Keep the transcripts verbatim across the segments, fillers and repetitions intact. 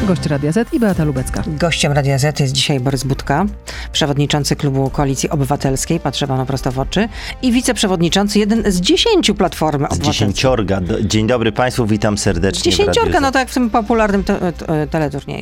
Gość Radia Z i Beata Lubecka. Gościem Radia Z jest dzisiaj Borys Budka, przewodniczący klubu Koalicji Obywatelskiej, patrzę panu prosto w oczy, i wiceprzewodniczący, jeden z dziesięciu Platformy Obywatelskiej. Z dziesięciorga. Dzień dobry państwu, witam serdecznie. Z dziesięciorga, no tak jak w tym popularnym te, te, teleturnieju.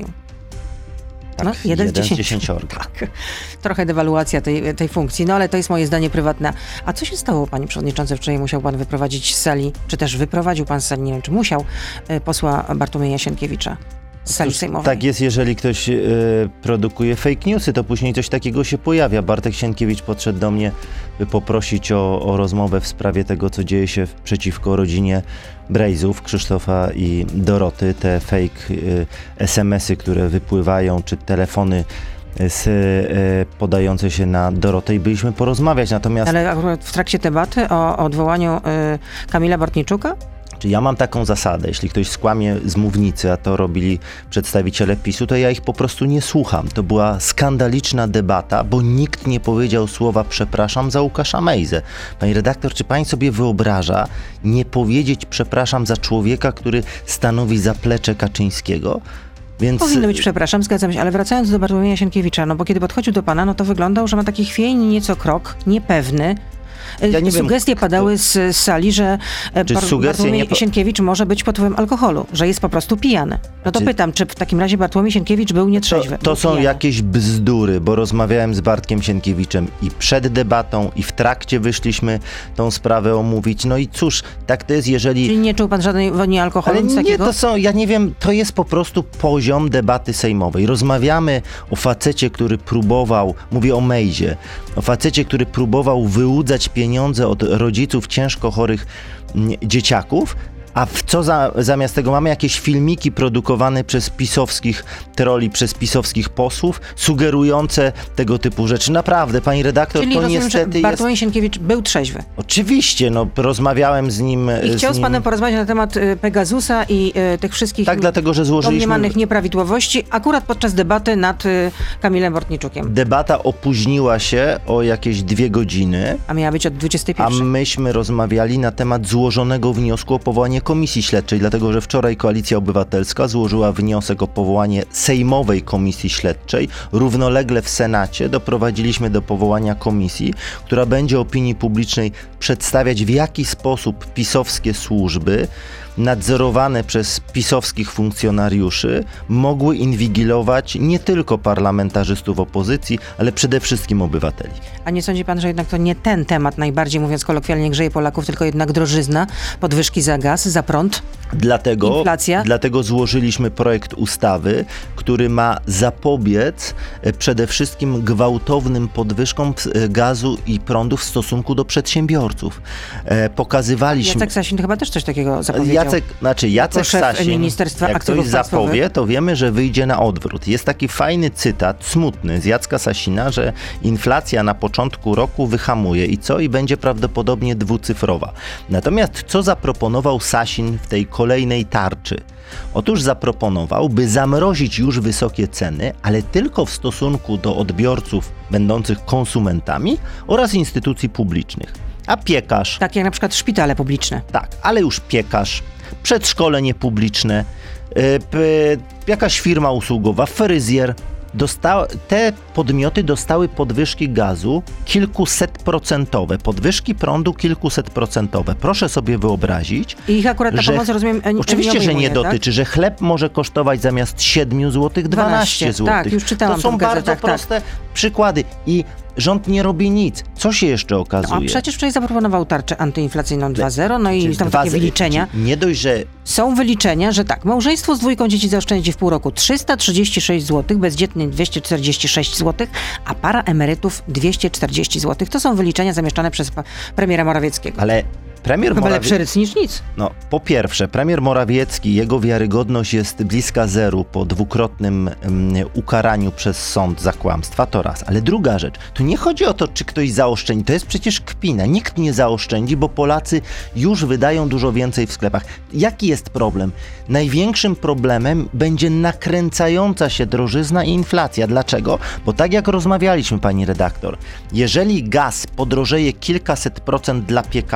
Tak, no, jeden, jeden z dziesięciorga. Tak. Trochę dewaluacja tej, tej funkcji, no ale to jest moje zdanie prywatne. A co się stało, panie przewodniczący? Wczoraj musiał pan wyprowadzić z sali, czy też wyprowadził pan z sali, nie wiem, czy musiał, posła Bartłomieja Sienkiewicza z sali Cóż, sejmowej. tak jest, jeżeli ktoś y, produkuje fake newsy, to później coś takiego się pojawia. Bartek Sienkiewicz podszedł do mnie, by poprosić o, o rozmowę w sprawie tego, co dzieje się przeciwko rodzinie Brejzów, Krzysztofa i Doroty. Te fake y, es em esy, które wypływają, czy telefony z, y, podające się na Dorotę, i byliśmy porozmawiać. Natomiast... Ale akurat w trakcie debaty o odwołaniu y, Kamila Bortniczuka? Ja mam taką zasadę, jeśli ktoś skłamie z mównicy, a to robili przedstawiciele PiSu, to ja ich po prostu nie słucham. To była skandaliczna debata, bo nikt nie powiedział słowa przepraszam za Łukasza Mejzę. Pani redaktor, czy pani sobie wyobraża nie powiedzieć przepraszam za człowieka, który stanowi zaplecze Kaczyńskiego? Więc... Powinno być, przepraszam, zgadzam się, ale wracając do Bartłomieja Sienkiewicza, no bo kiedy podchodził do pana, no to wyglądał, że ma taki chwiejny nieco krok, niepewny. Ja nie sugestie wiem, padały z, z sali, że Bartłomiej nie... Sienkiewicz może być pod wpływem alkoholu, że jest po prostu pijany. No to czy... pytam, czy w takim razie Bartłomiej Sienkiewicz był nietrzeźwy? To, to są pijany. jakieś bzdury, bo rozmawiałem z Bartkiem Sienkiewiczem i przed debatą, i w trakcie wyszliśmy tą sprawę omówić. No i cóż, tak to jest, jeżeli... Czyli nie czuł pan żadnej woni alkoholu? Ale nic nie, takiego? to są, ja nie wiem, to jest po prostu poziom debaty sejmowej. Rozmawiamy o facecie, który próbował, mówię o Mejzie, o facecie, który próbował wyłudzać pieniądze od rodziców ciężko chorych dzieciaków, a w co za, zamiast tego mamy jakieś filmiki produkowane przez pisowskich troli, przez pisowskich posłów, sugerujące tego typu rzeczy. Naprawdę, pani redaktor, Czyli to rozumiem, niestety że Bartłomiej jest... Sienkiewicz był trzeźwy. Oczywiście, no rozmawiałem z nim... I chciał z, z panem nim... porozmawiać na temat y, Pegasusa i y, tych wszystkich tak, dlatego, że złożyliśmy... domniemanych nieprawidłowości, akurat podczas debaty nad y, Kamilem Bortniczukiem. Debata opóźniła się o jakieś dwie godziny. A miała być od dwudziestej pierwszej. A myśmy rozmawiali na temat złożonego wniosku o powołanie Komisji Śledczej, dlatego że wczoraj Koalicja Obywatelska złożyła wniosek o powołanie Sejmowej Komisji Śledczej. Równolegle w Senacie doprowadziliśmy do powołania komisji, która będzie opinii publicznej przedstawiać, w jaki sposób pisowskie służby nadzorowane przez pisowskich funkcjonariuszy mogły inwigilować nie tylko parlamentarzystów opozycji, ale przede wszystkim obywateli. A nie sądzi pan, że jednak to nie ten temat najbardziej, mówiąc kolokwialnie, grzeje Polaków, tylko jednak drożyzna, podwyżki za gaz, za prąd, dlatego, inflacja? Dlatego złożyliśmy projekt ustawy, który ma zapobiec przede wszystkim gwałtownym podwyżkom gazu i prądu w stosunku do przedsiębiorców. Pokazywaliśmy... Jacek Sasin chyba też coś takiego zapowiedział. Jacek, znaczy Jacek Sasin, Ministerstwa jak ktoś zapowie, to wiemy, że wyjdzie na odwrót. Jest taki fajny cytat, smutny, z Jacka Sasina, że inflacja na początku roku wyhamuje i co? I będzie prawdopodobnie dwucyfrowa. Natomiast co zaproponował Sasin w tej kolejnej tarczy? Otóż zaproponował, by zamrozić już wysokie ceny, ale tylko w stosunku do odbiorców będących konsumentami oraz instytucji publicznych. A piekarz... Tak jak na przykład szpitale publiczne. Tak, ale już piekarz, przedszkole niepubliczne, yy, p, jakaś firma usługowa, fryzjer, dosta- te podmioty dostały podwyżki gazu kilkusetprocentowe, podwyżki prądu kilkusetprocentowe. Proszę sobie wyobrazić, I ich akurat ta że, pomoc, rozumiem, nie oczywiście, nie obejmuje, że nie dotyczy, tak? że chleb może kosztować zamiast siedmiu złotych dwanaście złotych. Tak, już czytałam to są to w bardzo gazetach, proste tak. przykłady i rząd nie robi nic. Co się jeszcze okazuje? No, a przecież wczoraj zaproponował tarczę antyinflacyjną dwa zero, no i Czyli tam dwa takie z- wyliczenia. Nie dość, że Są wyliczenia, że tak, małżeństwo z dwójką dzieci zaoszczędzi w pół roku trzysta trzydzieści sześć złotych, bezdzietny dwieście czterdzieści sześć złotych, a para emerytów dwieście czterdzieści złotych. To są wyliczenia zamieszczane przez pa- premiera Morawieckiego. ale premier Chyba Morawiecki... lepszy ryc niż nic. No, po pierwsze, premier Morawiecki, jego wiarygodność jest bliska zeru po dwukrotnym um, ukaraniu przez sąd za kłamstwa, to raz. Ale druga rzecz, tu nie chodzi o to, czy ktoś zaoszczędzi, to jest przecież kpina. Nikt nie zaoszczędzi, bo Polacy już wydają dużo więcej w sklepach. Jaki jest problem? Największym problemem będzie nakręcająca się drożyzna i inflacja. Dlaczego? Bo tak jak rozmawialiśmy, pani redaktor, jeżeli gaz podrożeje kilkaset procent dla piekarza, prąd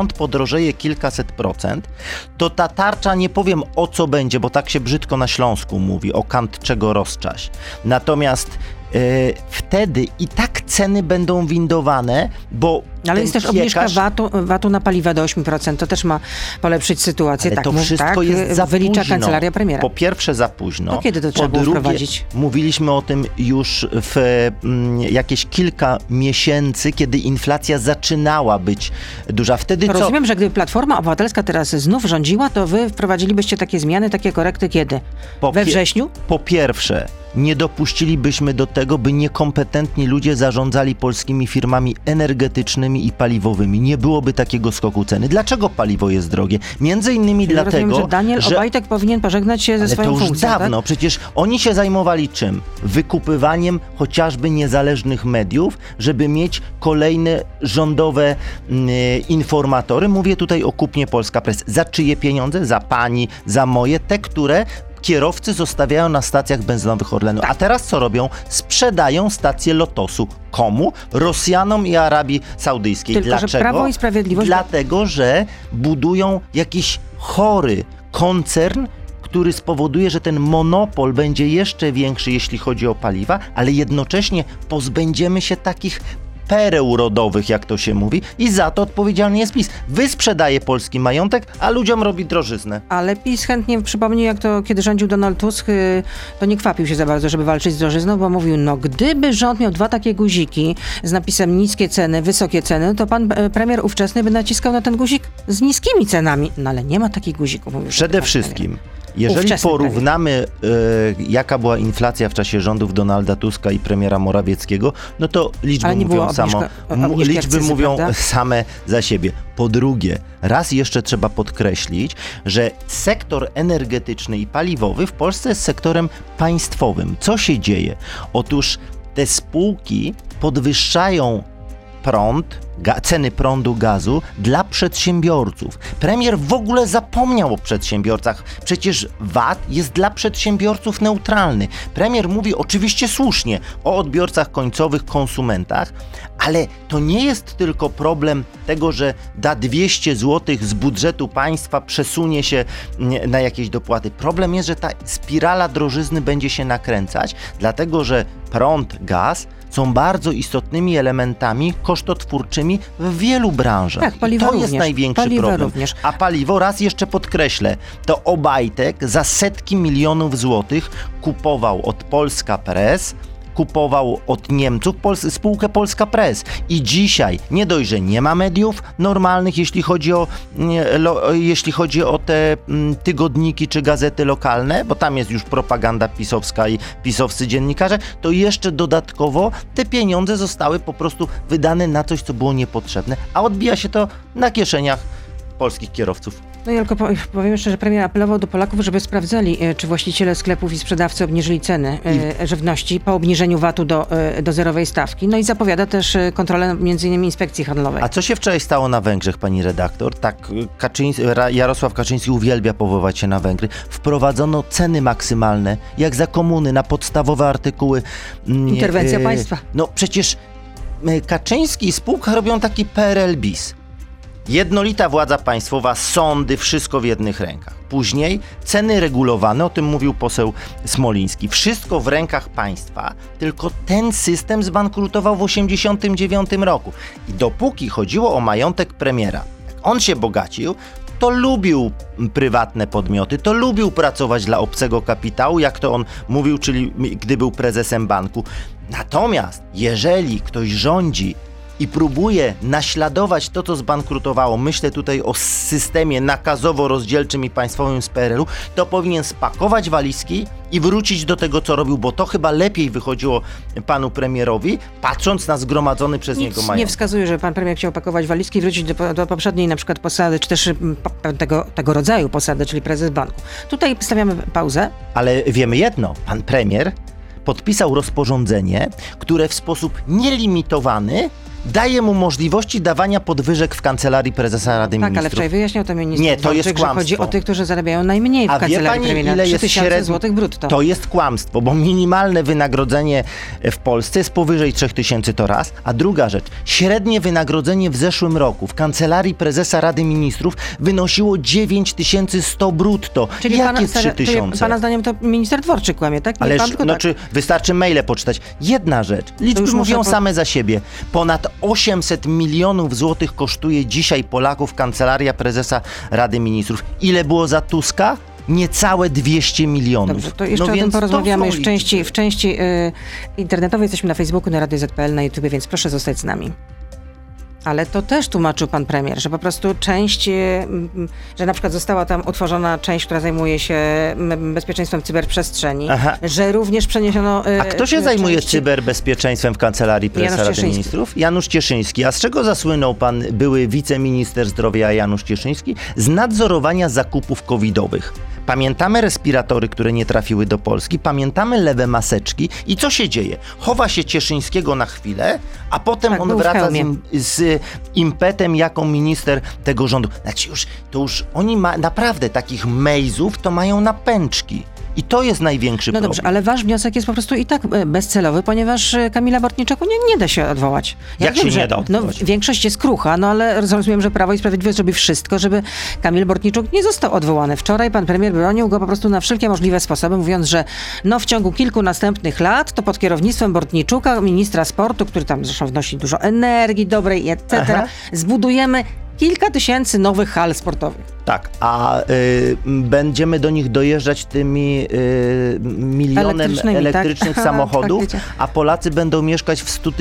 prąd podrożeje kilkaset procent, to ta tarcza, nie powiem o co będzie, bo tak się brzydko na Śląsku mówi, o kant czego rozczaś. Natomiast yy, wtedy i tak ceny będą windowane, bo ale jest też piekarz... obniżka vatu, vatu na paliwa do osiem procent. To też ma polepszyć sytuację. Ale tak, to mów, wszystko tak, jest za wylicza późno. kancelaria premiera. Po pierwsze za późno. To kiedy to trzeba po było drugie, wprowadzić? Mówiliśmy o tym już w mm, jakieś kilka miesięcy, kiedy inflacja zaczynała być duża. Wtedy to co? Rozumiem, że gdyby Platforma Obywatelska teraz znów rządziła, to wy wprowadzilibyście takie zmiany, takie korekty kiedy? Po We pie- wrześniu? Po pierwsze, nie dopuścilibyśmy do tego, by niekompetentni ludzie zarządzali polskimi firmami energetycznymi i paliwowymi. Nie byłoby takiego skoku ceny. Dlaczego paliwo jest drogie? Między innymi Czyli dlatego, rozumiem, że Daniel że... Obajtek powinien pożegnać się ze Ale swoją to już funkcją, dawno. tak? Przecież oni się zajmowali czym? Wykupywaniem chociażby niezależnych mediów, żeby mieć kolejne rządowe mm, informatory. Mówię tutaj o kupnie Polska Press. Za czyje pieniądze? Za pani, za moje, te, które kierowcy zostawiają na stacjach benzynowych Orlenu. A teraz co robią? Sprzedają stacje Lotosu. Komu? Rosjanom i Arabii Saudyjskiej. Tylko, Dlaczego? że Prawo i Sprawiedliwość... Dlatego, że budują jakiś chory koncern, który spowoduje, że ten monopol będzie jeszcze większy, jeśli chodzi o paliwa, ale jednocześnie pozbędziemy się takich pereł rodowych, jak to się mówi, i za to odpowiedzialny jest PiS. Wysprzedaje polski majątek, a ludziom robi drożyznę. Ale PiS chętnie przypomni, jak to kiedy rządził Donald Tusk, to nie kwapił się za bardzo, żeby walczyć z drożyzną, bo mówił, no gdyby rząd miał dwa takie guziki z napisem niskie ceny, wysokie ceny, to pan premier ówczesny by naciskał na ten guzik z niskimi cenami. No ale nie ma takich guzików. Mówił Przede wszystkim, jeżeli Ówczesny porównamy, y, jaka była inflacja w czasie rządów Donalda Tuska i premiera Morawieckiego, no to liczby mówią, samo, m- liczby akcyzy, mówią prawda? same za siebie. Po drugie, raz jeszcze trzeba podkreślić, że sektor energetyczny i paliwowy w Polsce jest sektorem państwowym. Co się dzieje? Otóż te spółki podwyższają prąd, ga, ceny prądu, gazu dla przedsiębiorców. Premier w ogóle zapomniał o przedsiębiorcach. Przecież V A T jest dla przedsiębiorców neutralny. Premier mówi oczywiście słusznie o odbiorcach końcowych, konsumentach, ale to nie jest tylko problem tego, że da dwieście złotych z budżetu państwa, przesunie się na jakieś dopłaty. Problem jest, że ta spirala drożyzny będzie się nakręcać, dlatego że prąd, gaz są bardzo istotnymi elementami kosztotwórczymi w wielu branżach. Tak, paliwo I to również. jest największy Paliwo problem. również. A paliwo, raz jeszcze podkreślę, to Obajtek za setki milionów złotych kupował od Polska Press, kupował od Niemców Pols- spółkę Polska Press. I dzisiaj nie dość, że nie ma mediów normalnych, jeśli chodzi o, nie, lo, jeśli chodzi o te m, tygodniki czy gazety lokalne, bo tam jest już propaganda pisowska i pisowscy dziennikarze, to jeszcze dodatkowo te pieniądze zostały po prostu wydane na coś, co było niepotrzebne, a odbija się to na kieszeniach polskich kierowców. No i tylko powiem jeszcze, że premier apelował do Polaków, żeby sprawdzali, czy właściciele sklepów i sprzedawcy obniżyli ceny I... żywności po obniżeniu V A T-u do, do zerowej stawki. No i zapowiada też kontrolę między innymi Inspekcji Handlowej. A co się wczoraj stało na Węgrzech, pani redaktor? Tak, Kaczyński, Jarosław Kaczyński uwielbia powoływać się na Węgry. Wprowadzono ceny maksymalne, jak za komuny, na podstawowe artykuły. Interwencja e, państwa. No przecież Kaczyński i spółka robią taki P R L bis. Jednolita władza państwowa, sądy, wszystko w jednych rękach. Później ceny regulowane, o tym mówił poseł Smoliński. Wszystko w rękach państwa, tylko ten system zbankrutował w osiemdziesiątym dziewiątym roku. I dopóki chodziło o majątek premiera, jak on się bogacił, to lubił prywatne podmioty, to lubił pracować dla obcego kapitału, jak to on mówił, czyli gdy był prezesem banku. Natomiast jeżeli ktoś rządzi i próbuje naśladować to, co zbankrutowało, myślę tutaj o systemie nakazowo-rozdzielczym i państwowym z P R L-u, to powinien spakować walizki i wrócić do tego, co robił, bo to chyba lepiej wychodziło panu premierowi, patrząc na zgromadzony przez Nic niego majątek. nie wskazuje, że pan premier chciał pakować walizki i wrócić do, do poprzedniej na przykład posady, czy też tego, tego rodzaju posady, czyli prezes banku. Tutaj stawiamy pauzę. Ale wiemy jedno, pan premier podpisał rozporządzenie, które w sposób nielimitowany daje mu możliwości dawania podwyżek w Kancelarii Prezesa Rady tak, Ministrów. Tak, ale wczoraj wyjaśniał to minister Nie, to Dworczyk, jest kłamstwo. że chodzi o tych, którzy zarabiają najmniej w A Kancelarii wie pani, Premiera, ile jest trzy tysiące średni... złotych brutto. To jest kłamstwo, bo minimalne wynagrodzenie w Polsce jest powyżej trzy tysiące, to raz. A druga rzecz, średnie wynagrodzenie w zeszłym roku w Kancelarii Prezesa Rady Ministrów wynosiło dziewięć tysięcy sto brutto. Czyli Jakie pana, trzy tysiące? Pana zdaniem to minister Dworczyk kłamie, tak? Nie Ale pan, znaczy, tak. wystarczy maile poczytać. Jedna rzecz, liczby mówią po... same za siebie. Ponad osiemset milionów złotych kosztuje dzisiaj Polaków Kancelaria Prezesa Rady Ministrów. Ile było za Tuska? Niecałe dwieście milionów. Dobrze, to jeszcze no o tym porozmawiamy już w części, w liczby. części yy, internetowej. Jesteśmy na Facebooku, na Radio Z P L, na YouTubie, więc proszę zostać z nami. Ale to też tłumaczył pan premier, że po prostu część, że na przykład została tam utworzona część, która zajmuje się bezpieczeństwem cyberprzestrzeni, Aha. że również przeniesiono... A kto się zajmuje części... cyberbezpieczeństwem w Kancelarii Prezesa Rady Ministrów? Janusz Cieszyński. A z czego zasłynął pan były wiceminister zdrowia Janusz Cieszyński? Z nadzorowania zakupów covidowych. Pamiętamy respiratory, które nie trafiły do Polski, pamiętamy lewe maseczki i co się dzieje? Chowa się Cieszyńskiego na chwilę, a potem tak, on wraca z, im, z impetem jako minister tego rządu. Znaczy już, to już oni ma, naprawdę takich mejzów to mają na pęczki. I to jest największy no problem. No dobrze, ale wasz wniosek jest po prostu i tak bezcelowy, ponieważ Kamila Bortniczaku nie, nie da się odwołać. Ja Jak wiem, się że, nie da odwołać? No, większość jest krucha, no ale rozumiem, że Prawo i Sprawiedliwość zrobi wszystko, żeby Kamil Bortniczuk nie został odwołany. Wczoraj pan premier bronił go po prostu na wszelkie możliwe sposoby, mówiąc, że no w ciągu kilku następnych lat to pod kierownictwem Bortniczuka, ministra sportu, który tam zresztą wnosi dużo energii dobrej, et cetera, zbudujemy kilka tysięcy nowych hal sportowych. Tak, a y, będziemy do nich dojeżdżać tymi y, milionem elektrycznych tak? samochodów, tak, a Polacy będą mieszkać w stu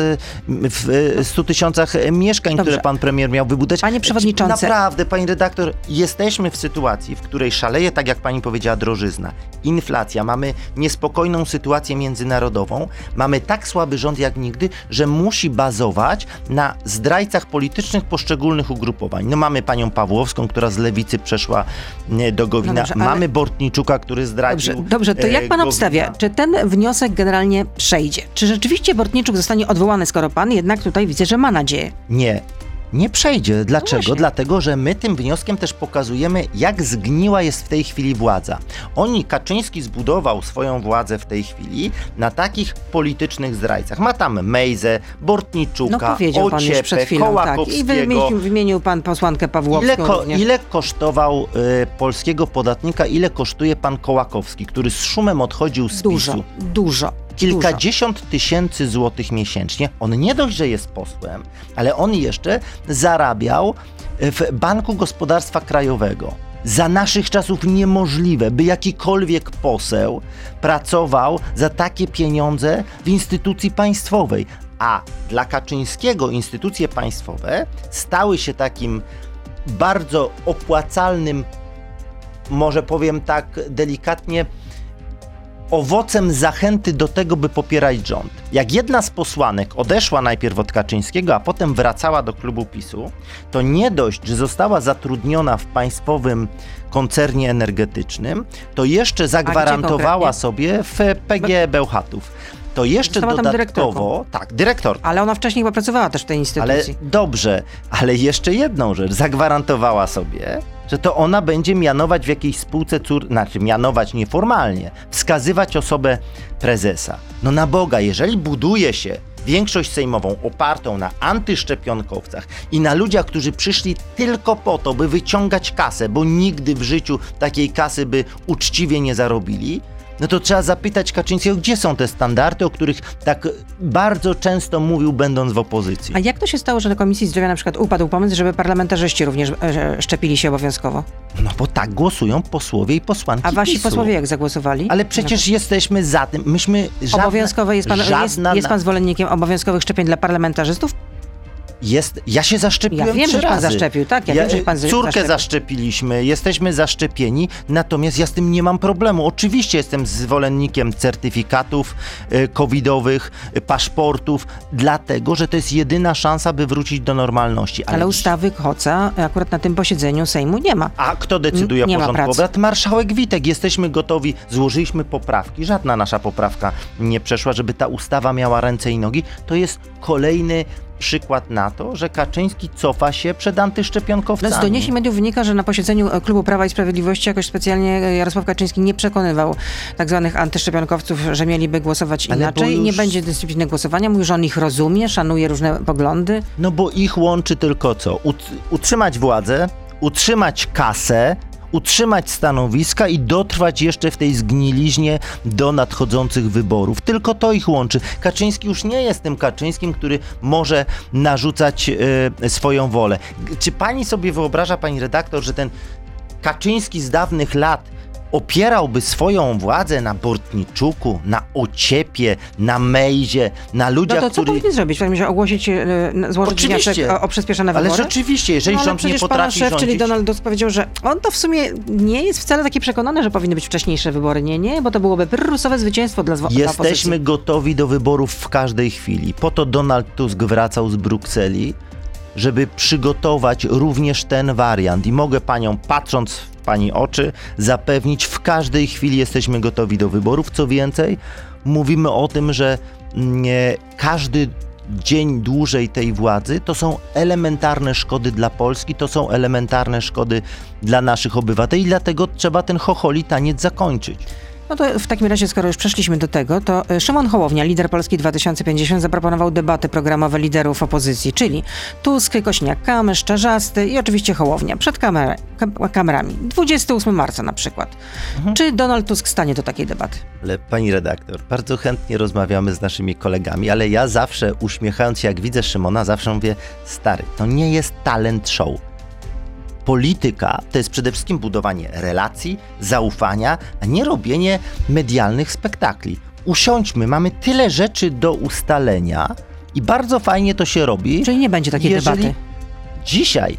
tysiącach mieszkań, Dobrze. które pan premier miał wybudować. Panie przewodniczący. Naprawdę, pani redaktor, jesteśmy w sytuacji, w której szaleje, tak jak pani powiedziała, drożyzna, inflacja, mamy niespokojną sytuację międzynarodową, mamy tak słaby rząd jak nigdy, że musi bazować na zdrajcach politycznych poszczególnych ugrupowań. No mamy panią Pawłowską, która z Lewicy przeszła do Gowina. No dobrze, ale... Mamy Bortniczuka, który zdradził Dobrze, dobrze to jak pan Gowina. obstawia? Czy ten wniosek generalnie przejdzie? Czy rzeczywiście Bortniczuk zostanie odwołany, skoro pan jednak tutaj widzę, że ma nadzieję? Nie. Nie przejdzie. Dlaczego? No Dlatego, że my tym wnioskiem też pokazujemy, jak zgniła jest w tej chwili władza. Oni, Kaczyński zbudował swoją władzę w tej chwili na takich politycznych zdrajcach. Ma tam Mejzę, Bortniczuka, no, powiedział pan już przed chwilą, Kołakowskiego. Tak. I wymienił, wymienił pan posłankę Pawłowską. Ile, ko- ile kosztował y, polskiego podatnika, ile kosztuje pan Kołakowski, który z szumem odchodził z dużo, PiSu? Dużo, dużo. Kilkadziesiąt tysięcy złotych miesięcznie. On nie dość, że jest posłem, ale on jeszcze zarabiał w Banku Gospodarstwa Krajowego. Za naszych czasów niemożliwe, by jakikolwiek poseł pracował za takie pieniądze w instytucji państwowej. A dla Kaczyńskiego instytucje państwowe stały się takim bardzo opłacalnym, może powiem tak delikatnie, owocem zachęty do tego, by popierać rząd. Jak jedna z posłanek odeszła najpierw od Kaczyńskiego, a potem wracała do klubu PiSu, to nie dość, że została zatrudniona w państwowym koncernie energetycznym, to jeszcze zagwarantowała sobie w P G E Bełchatów. To jeszcze Została dodatkowo, tak, dyrektorka. Ale ona wcześniej chyba pracowała też w tej instytucji. Ale dobrze, ale jeszcze jedną rzecz, zagwarantowała sobie, że to ona będzie mianować w jakiejś spółce cór... znaczy mianować nieformalnie, wskazywać osobę prezesa. No na Boga, jeżeli buduje się większość sejmową opartą na antyszczepionkowcach i na ludziach, którzy przyszli tylko po to, by wyciągać kasę, bo nigdy w życiu takiej kasy by uczciwie nie zarobili, no to trzeba zapytać Kaczyńskiego, gdzie są te standardy, o których tak bardzo często mówił, będąc w opozycji. A jak to się stało, że na Komisji Zdrowia na przykład upadł pomysł, żeby parlamentarzyści również e, szczepili się obowiązkowo? No bo tak głosują posłowie i posłanki A wasi PiSu. posłowie jak zagłosowali? Ale przecież no. jesteśmy za tym. Myśmy żadna, Obowiązkowe jest pan, żadna... jest, jest pan zwolennikiem obowiązkowych szczepień dla parlamentarzystów? Jest, ja się zaszczepiłem Ja wiem, trzy że pan razy. zaszczepił, tak? Ja, ja wiem, że pan Córkę zaszczepił. zaszczepiliśmy, jesteśmy zaszczepieni, natomiast ja z tym nie mam problemu. Oczywiście jestem zwolennikiem certyfikatów y, covidowych, y, paszportów, dlatego, że to jest jedyna szansa, by wrócić do normalności. Ale, Ale ustawy Hoca akurat na tym posiedzeniu Sejmu nie ma. A kto decyduje nie o porządku obrad? Marszałek Witek. Jesteśmy gotowi, złożyliśmy poprawki. Żadna nasza poprawka nie przeszła, żeby ta ustawa miała ręce i nogi. To jest kolejny przykład na to, że Kaczyński cofa się przed antyszczepionkowcami. Z doniesień mediów wynika, że na posiedzeniu Klubu Prawa i Sprawiedliwości jakoś specjalnie Jarosław Kaczyński nie przekonywał tak zwanych antyszczepionkowców, że mieliby głosować Ale inaczej. Już... Nie będzie dyscypliny głosowania. Mówi, że on ich rozumie, szanuje różne poglądy. No bo ich łączy tylko co? Ut- utrzymać władzę, utrzymać kasę, utrzymać stanowiska i dotrwać jeszcze w tej zgniliźnie do nadchodzących wyborów. Tylko to ich łączy. Kaczyński już nie jest tym Kaczyńskim, który może narzucać e, swoją wolę. Czy pani sobie wyobraża, pani redaktor, że ten Kaczyński z dawnych lat opierałby swoją władzę na Bortniczuku, na Ociepie, na Mejzie, na ludziach, no to co który... powinien zrobić? Powinien ogłosić, złożyć wniosek o, o przyspieszone wybory? Ale rzeczywiście, jeżeli no, rząd nie potrafi pana szef, rządzić... czyli Donald Tusk powiedział, że on to w sumie nie jest wcale taki przekonany, że powinny być wcześniejsze wybory. Nie, nie, bo to byłoby pyrrusowe zwycięstwo dla, dla Jesteśmy opozycji. gotowi do wyborów w każdej chwili. Po to Donald Tusk wracał z Brukseli, żeby przygotować również ten wariant. I mogę panią, patrząc w pani oczy, zapewnić, w każdej chwili jesteśmy gotowi do wyborów. Co więcej, mówimy o tym, że nie, każdy dzień dłużej tej władzy to są elementarne szkody dla Polski, to są elementarne szkody dla naszych obywateli, dlatego trzeba ten chocholi taniec zakończyć. No to w takim razie, skoro już przeszliśmy do tego, to Szymon Hołownia, lider Polski dwa tysiące pięćdziesiąt, zaproponował debaty programowe liderów opozycji, czyli Tusk, Kośniak-Kamysz, Czarzasty i oczywiście Hołownia przed kamer- kamerami. dwudziestego ósmego marca na przykład. Mhm. Czy Donald Tusk stanie do takiej debaty? Ale pani redaktor, bardzo chętnie rozmawiamy z naszymi kolegami, ale ja zawsze, uśmiechając się, jak widzę Szymona, zawsze mówię, stary, to nie jest talent show. Polityka to jest przede wszystkim budowanie relacji, zaufania, a nie robienie medialnych spektakli. Usiądźmy, mamy tyle rzeczy do ustalenia i bardzo fajnie to się robi. Czyli nie będzie takiej jeżeli debaty. Dzisiaj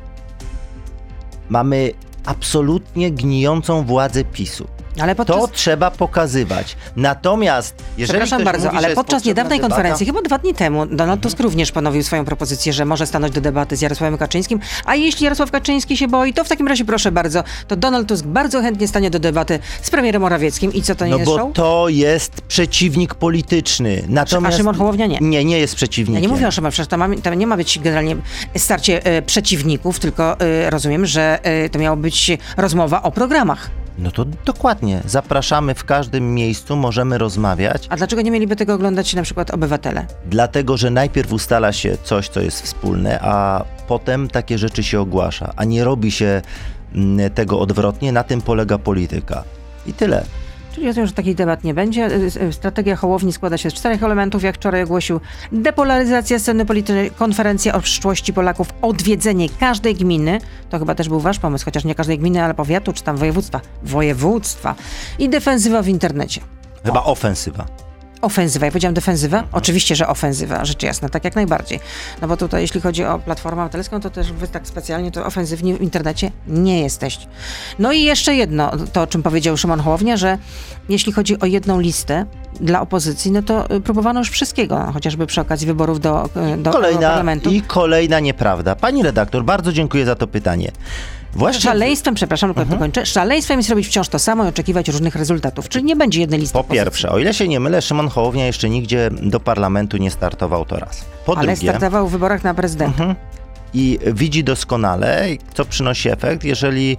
mamy absolutnie gnijącą władzę PiSu. Ale podczas... To trzeba pokazywać. Natomiast, jeżeli Przepraszam bardzo, mówi, ale podczas niedawnej debata... konferencji, chyba dwa dni temu, Donald mhm. Tusk również ponowił swoją propozycję, że może stanąć do debaty z Jarosławem Kaczyńskim, a jeśli Jarosław Kaczyński się boi, to w takim razie proszę bardzo, to Donald Tusk bardzo chętnie stanie do debaty z premierem Morawieckim i co to nie no jest bo show? To jest przeciwnik polityczny. Natomiast... A Szymon Hołownia nie? Nie, nie jest przeciwnikiem. Ja nie mówię o Szymonie, przecież tam, tam nie ma być generalnie starcie e, przeciwników, tylko e, rozumiem, że e, to miała być rozmowa o programach. No to dokładnie. Zapraszamy w każdym miejscu, możemy rozmawiać. A dlaczego nie mieliby tego oglądać na przykład obywatele? Dlatego, że najpierw ustala się coś, co jest wspólne, a potem takie rzeczy się ogłasza, a nie robi się tego odwrotnie. Na tym polega polityka. I tyle. Czyli rozumiem, że takich debat nie będzie. Strategia Hołowni składa się z czterech elementów, jak wczoraj ogłosił: depolaryzacja sceny politycznej, konferencja o przyszłości Polaków, odwiedzenie każdej gminy, to chyba też był wasz pomysł, chociaż nie każdej gminy, ale powiatu, czy tam województwa, województwa i defensywa w internecie. Chyba ofensywa. Ofensywa. Ja powiedziałam defensywa? Mhm. Oczywiście, że ofensywa, rzecz jasna, tak jak najbardziej. No bo tutaj, jeśli chodzi o Platformę Obywatelską, to też wy tak specjalnie to ofensywni w internecie nie jesteście. No i jeszcze jedno, to o czym powiedział Szymon Hołownia, że jeśli chodzi o jedną listę dla opozycji, no to próbowano już wszystkiego, chociażby przy okazji wyborów do, do kolejna, parlamentu. I kolejna nieprawda. Pani redaktor, bardzo dziękuję za to pytanie. Właśnie... Szaleństwem, przepraszam, tylko mhm. kończę, szaleństwem jest robić wciąż to samo i oczekiwać różnych rezultatów. Czyli nie będzie jednej listy Po opozycji. pierwsze, o ile się nie mylę, Szymon Hołownia jeszcze nigdzie do parlamentu nie startował, to raz. Po Ale drugie, startował w wyborach na prezydenta. Mhm. I widzi doskonale, co przynosi efekt, jeżeli,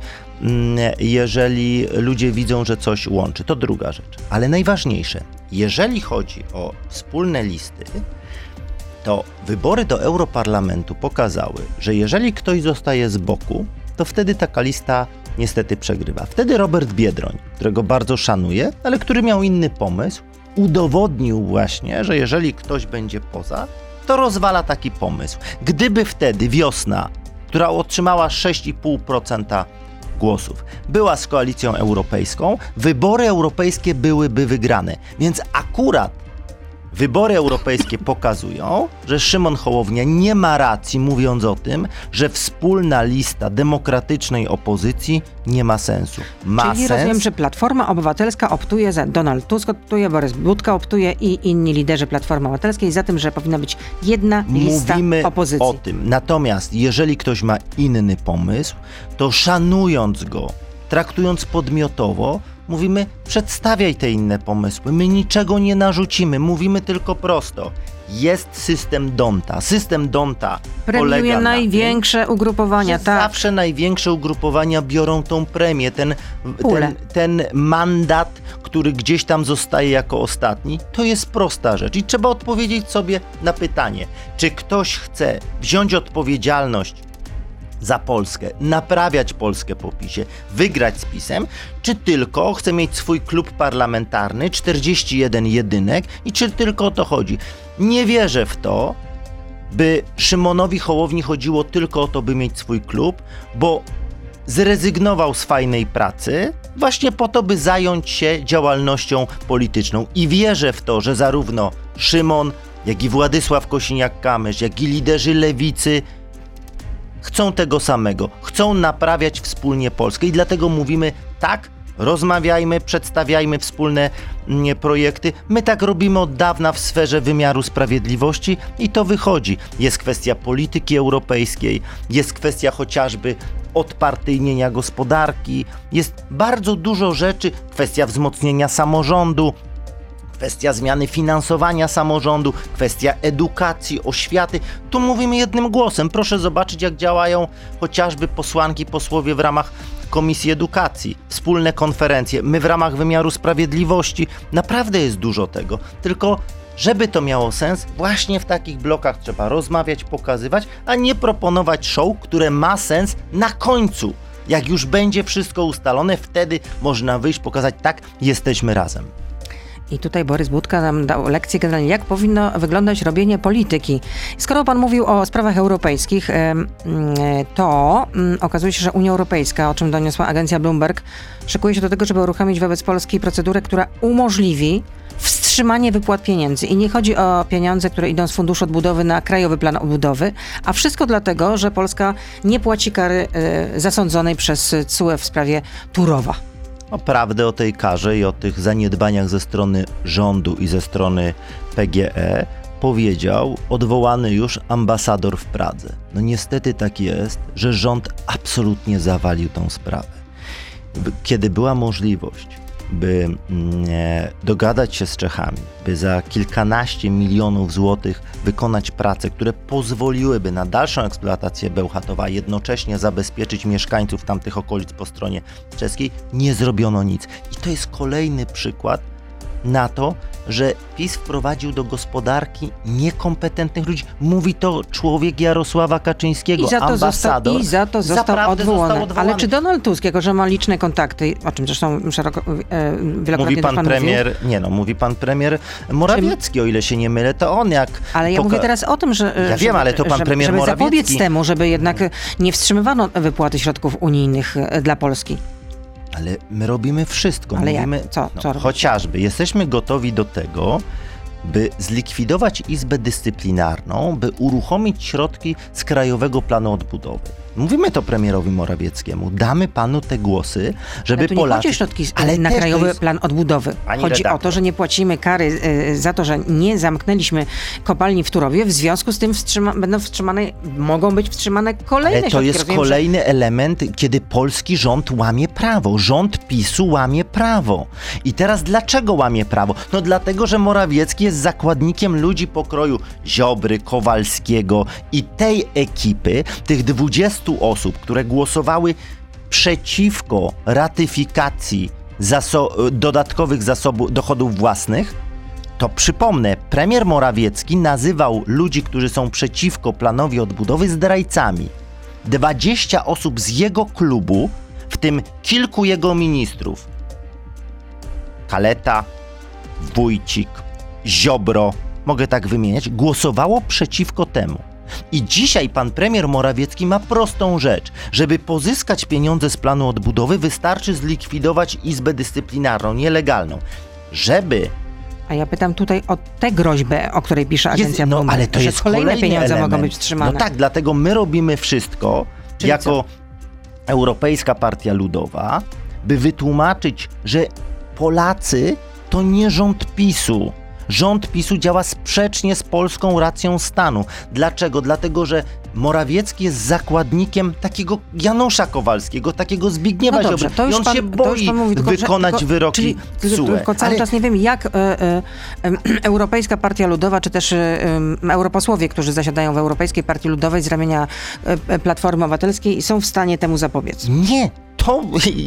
jeżeli ludzie widzą, że coś łączy. To druga rzecz. Ale najważniejsze, jeżeli chodzi o wspólne listy, to wybory do Europarlamentu pokazały, że jeżeli ktoś zostaje z boku, to wtedy taka lista niestety przegrywa. Wtedy Robert Biedroń, którego bardzo szanuję, ale który miał inny pomysł, udowodnił właśnie, że jeżeli ktoś będzie poza, to rozwala taki pomysł. Gdyby wtedy Wiosna, która otrzymała sześć i pół procent głosów, była z Koalicją Europejską, wybory europejskie byłyby wygrane. Więc akurat wybory europejskie pokazują, że Szymon Hołownia nie ma racji, mówiąc o tym, że wspólna lista demokratycznej opozycji nie ma sensu. Ma Czyli sens. rozumiem, że Platforma Obywatelska optuje za, Donald Tusk optuje, Borys Budka optuje i inni liderzy Platformy Obywatelskiej za tym, że powinna być jedna lista Mówimy opozycji. o tym. Natomiast jeżeli ktoś ma inny pomysł, to szanując go, traktując podmiotowo, mówimy, przedstawiaj te inne pomysły. My niczego nie narzucimy, mówimy tylko prosto. jest system D'Hondta. System D'Hondta premiuje największe tym, ugrupowania, że tak. Zawsze największe ugrupowania biorą tą premię, ten, ten, ten mandat, który gdzieś tam zostaje jako ostatni. To jest prosta rzecz i trzeba odpowiedzieć sobie na pytanie, czy ktoś chce wziąć odpowiedzialność za Polskę, naprawiać Polskę po PiSie, wygrać z PiSem, czy tylko chce mieć swój klub parlamentarny, czterdzieści jeden jedynek i czy tylko o to chodzi. Nie wierzę w to, by Szymonowi Hołowni chodziło tylko o to, by mieć swój klub, bo zrezygnował z fajnej pracy właśnie po to, by zająć się działalnością polityczną. I wierzę w to, że zarówno Szymon, jak i Władysław Kosiniak-Kamysz, jak i liderzy lewicy chcą tego samego. Chcą naprawiać wspólnie Polskę i dlatego mówimy tak, rozmawiajmy, przedstawiajmy wspólne nie, projekty. My tak robimy od dawna w sferze wymiaru sprawiedliwości i to wychodzi. Jest kwestia polityki europejskiej, jest kwestia chociażby odpartyjnienia gospodarki, jest bardzo dużo rzeczy, kwestia wzmocnienia samorządu, kwestia zmiany finansowania samorządu, kwestia edukacji, oświaty. Tu mówimy jednym głosem. Proszę zobaczyć, jak działają chociażby posłanki, posłowie w ramach Komisji Edukacji, wspólne konferencje. My w ramach wymiaru sprawiedliwości. Naprawdę jest dużo tego. Tylko żeby to miało sens, właśnie w takich blokach trzeba rozmawiać, pokazywać, a nie proponować show, które ma sens na końcu. Jak już będzie wszystko ustalone, wtedy można wyjść, pokazać tak, jesteśmy razem. I tutaj Borys Budka nam dał lekcję generalnie, jak powinno wyglądać robienie polityki. Skoro pan mówił o sprawach europejskich, to okazuje się, że Unia Europejska, o czym doniosła agencja Bloomberg, szykuje się do tego, żeby uruchomić wobec Polski procedurę, która umożliwi wstrzymanie wypłat pieniędzy. I nie chodzi o pieniądze, które idą z Funduszu Odbudowy na Krajowy Plan Odbudowy, a wszystko dlatego, że Polska nie płaci kary zasądzonej przez C U E w sprawie Turowa. O prawdę o tej karze i o tych zaniedbaniach ze strony rządu i ze strony P G E powiedział odwołany już ambasador w Pradze. No niestety tak jest, że rząd absolutnie zawalił tą sprawę. Kiedy była możliwość, by nie, dogadać się z Czechami, by za kilkanaście milionów złotych wykonać prace, które pozwoliłyby na dalszą eksploatację Bełchatowa, a jednocześnie zabezpieczyć mieszkańców tamtych okolic po stronie czeskiej, nie zrobiono nic. I to jest kolejny przykład na to, że PiS wprowadził do gospodarki niekompetentnych ludzi. Mówi to człowiek Jarosława Kaczyńskiego, I za to ambasador. Został, I za to został odwołany. został odwołany. Ale czy Donald Tusk, jako że ma liczne kontakty, o czym zresztą szeroko, e, wielokrotnie mówi pan, pan premier, mówił? Nie no, mówi pan premier Morawiecki, Czym? o ile się nie mylę, to on jak... Ale ja poka- mówię teraz o tym, że... Ja żeby, wiem, ale to pan żeby, premier żeby Morawiecki... Żeby zapobiec temu, żeby jednak nie wstrzymywano wypłaty środków unijnych dla Polski. Ale my robimy wszystko. Ale Mówimy, jak? Co? Co no, chociażby jesteśmy gotowi do tego, by zlikwidować Izbę Dyscyplinarną, by uruchomić środki z Krajowego Planu Odbudowy. Mówimy to premierowi Morawieckiemu. Damy panu te głosy, żeby ale tu nie Polacy... chodzi o środki ale na Krajowy jest... Plan Odbudowy. Pani chodzi redaktor. o to, że nie płacimy kary y, za to, że nie zamknęliśmy kopalni w Turowie. W związku z tym wstrzyma- będą wstrzymane, mogą być wstrzymane kolejne ale to środki. jest Rozumiem, kolejny że... element, kiedy polski rząd łamie prawo. Rząd PiSu łamie prawo. I teraz dlaczego łamie prawo? No dlatego, że Morawiecki jest zakładnikiem ludzi pokroju Ziobry, Kowalskiego i tej ekipy, tych dwudziestu osób, które głosowały przeciwko ratyfikacji zaso- dodatkowych zasobów dochodów własnych, to przypomnę, premier Morawiecki nazywał ludzi, którzy są przeciwko planowi odbudowy, zdrajcami. dwadzieścia osób z jego klubu, w tym kilku jego ministrów, Kaleta, Wójcik, Ziobro, mogę tak wymieniać, głosowało przeciwko temu. I dzisiaj pan premier Morawiecki ma prostą rzecz. Żeby pozyskać pieniądze z planu odbudowy, wystarczy zlikwidować Izbę Dyscyplinarną, nielegalną. Żeby... A ja pytam tutaj o tę groźbę, o której pisze agencja jest, no, Bloomberg, ale to że jest kolejne pieniądze element. mogą być wstrzymane. No tak, dlatego my robimy wszystko, Czyli jako co? Europejska Partia Ludowa, by wytłumaczyć, że Polacy to nie rząd PiSu. Rząd PiSu działa sprzecznie z polską racją stanu. Dlaczego? Dlatego, że Morawiecki jest zakładnikiem takiego Janusza Kowalskiego, takiego Zbigniewa no dobrze, Ziobry. I on pan, się boi mówi, tylko, wykonać że, tylko, wyroki czyli, T S U E. Tylko cały Ale... czas nie wiem, jak e, e, e, Europejska Partia Ludowa, czy też e, e, europosłowie, którzy zasiadają w Europejskiej Partii Ludowej z ramienia e, Platformy Obywatelskiej, są w stanie temu zapobiec. Nie, to...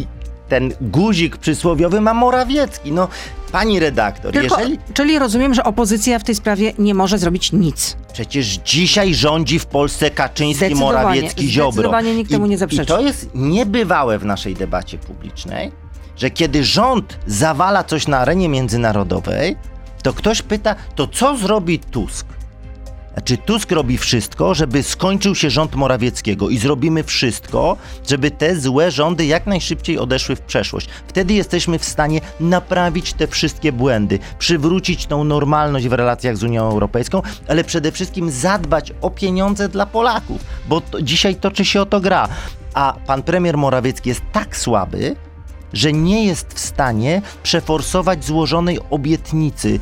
Ten guzik przysłowiowy ma Morawiecki. No, pani redaktor, Tylko, jeżeli... Czyli rozumiem, że opozycja w tej sprawie nie może zrobić nic. Przecież dzisiaj rządzi w Polsce Kaczyński, Morawiecki, Ziobro. Zdecydowanie nikt temu nie zaprzeczy. I to jest niebywałe w naszej debacie publicznej, że kiedy rząd zawala coś na arenie międzynarodowej, to ktoś pyta, to co zrobi Tusk? Znaczy Tusk robi wszystko, żeby skończył się rząd Morawieckiego i zrobimy wszystko, żeby te złe rządy jak najszybciej odeszły w przeszłość. Wtedy jesteśmy w stanie naprawić te wszystkie błędy, przywrócić tą normalność w relacjach z Unią Europejską, ale przede wszystkim zadbać o pieniądze dla Polaków, bo to, dzisiaj toczy się o to gra. A pan premier Morawiecki jest tak słaby, że nie jest w stanie przeforsować złożonej obietnicy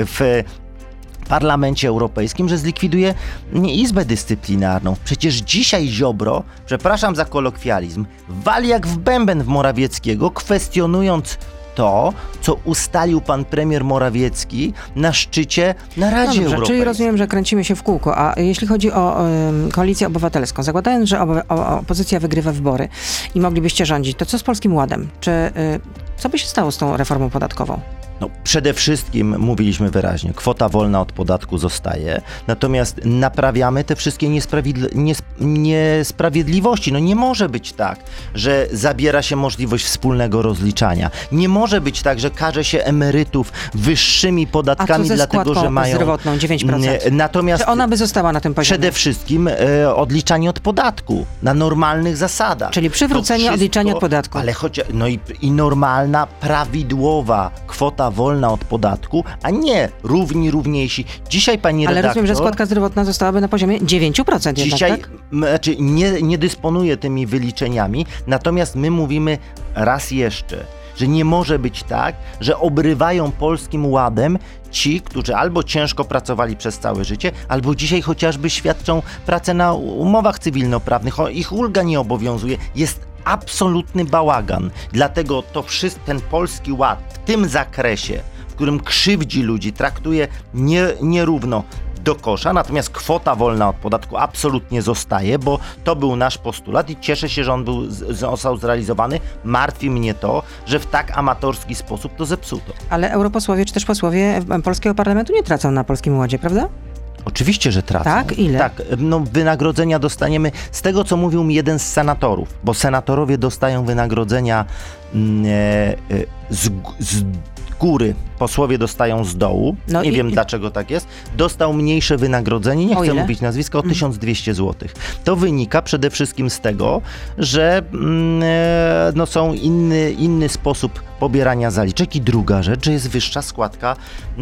w Parlamencie Europejskim, że zlikwiduje Izbę Dyscyplinarną. Przecież dzisiaj Ziobro, przepraszam za kolokwializm, wali jak w bęben w Morawieckiego, kwestionując to, co ustalił pan premier Morawiecki na szczycie na Radzie no dobrze, Europejskiej. Czyli rozumiem, że kręcimy się w kółko, a jeśli chodzi o um, Koalicję Obywatelską, zakładając, że obo- o, opozycja wygrywa wybory i moglibyście rządzić, to co z Polskim Ładem? Czy y, co by się stało z tą reformą podatkową? No, przede wszystkim mówiliśmy wyraźnie, kwota wolna od podatku zostaje, natomiast naprawiamy te wszystkie niesprawiedli- nies- niesprawiedliwości. No nie może być tak, że zabiera się możliwość wspólnego rozliczania. Nie może być tak, że karze się emerytów wyższymi podatkami, dlatego że mają... zdrowotną dziewięć procent. Natomiast Czy ona by została na tym poziomie? Przede wszystkim e, odliczanie od podatku na normalnych zasadach. Czyli przywrócenie wszystko, odliczania od podatku. Ale choć, no i, i normalna, prawidłowa kwota wolna od podatku, a nie równi, równiejsi. Dzisiaj pani redaktor... Ale rozumiem, że składka zdrowotna zostałaby na poziomie dziewięć procent jednak, dzisiaj, tak? Znaczy nie, nie dysponuję tymi wyliczeniami, natomiast my mówimy raz jeszcze, że nie może być tak, że obrywają Polskim Ładem ci, którzy albo ciężko pracowali przez całe życie, albo dzisiaj chociażby świadczą pracę na umowach cywilnoprawnych, ich ulga nie obowiązuje. Jest absolutny bałagan. Dlatego to wszystko, ten Polski Ład w tym zakresie, w którym krzywdzi ludzi, traktuje nie, nierówno do kosza, natomiast kwota wolna od podatku absolutnie zostaje, bo to był nasz postulat i cieszę się, że on był, został zrealizowany. Martwi mnie to, że w tak amatorski sposób to zepsuto. Ale europosłowie czy też posłowie polskiego parlamentu nie tracą na Polskim Ładzie, prawda? Oczywiście, że tracą. Tak? Ile? Tak, no wynagrodzenia dostaniemy z tego, co mówił mi jeden z senatorów, bo senatorowie dostają wynagrodzenia e, e, z, z góry, posłowie dostają z dołu. No nie i, wiem i... dlaczego tak jest. Dostał mniejsze wynagrodzenie, nie chcę mówić nazwiska, o tysiąc dwieście złotych. To wynika przede wszystkim z tego, że mm, e, no, są inny, inny sposób pobierania zaliczek i druga rzecz, że jest wyższa składka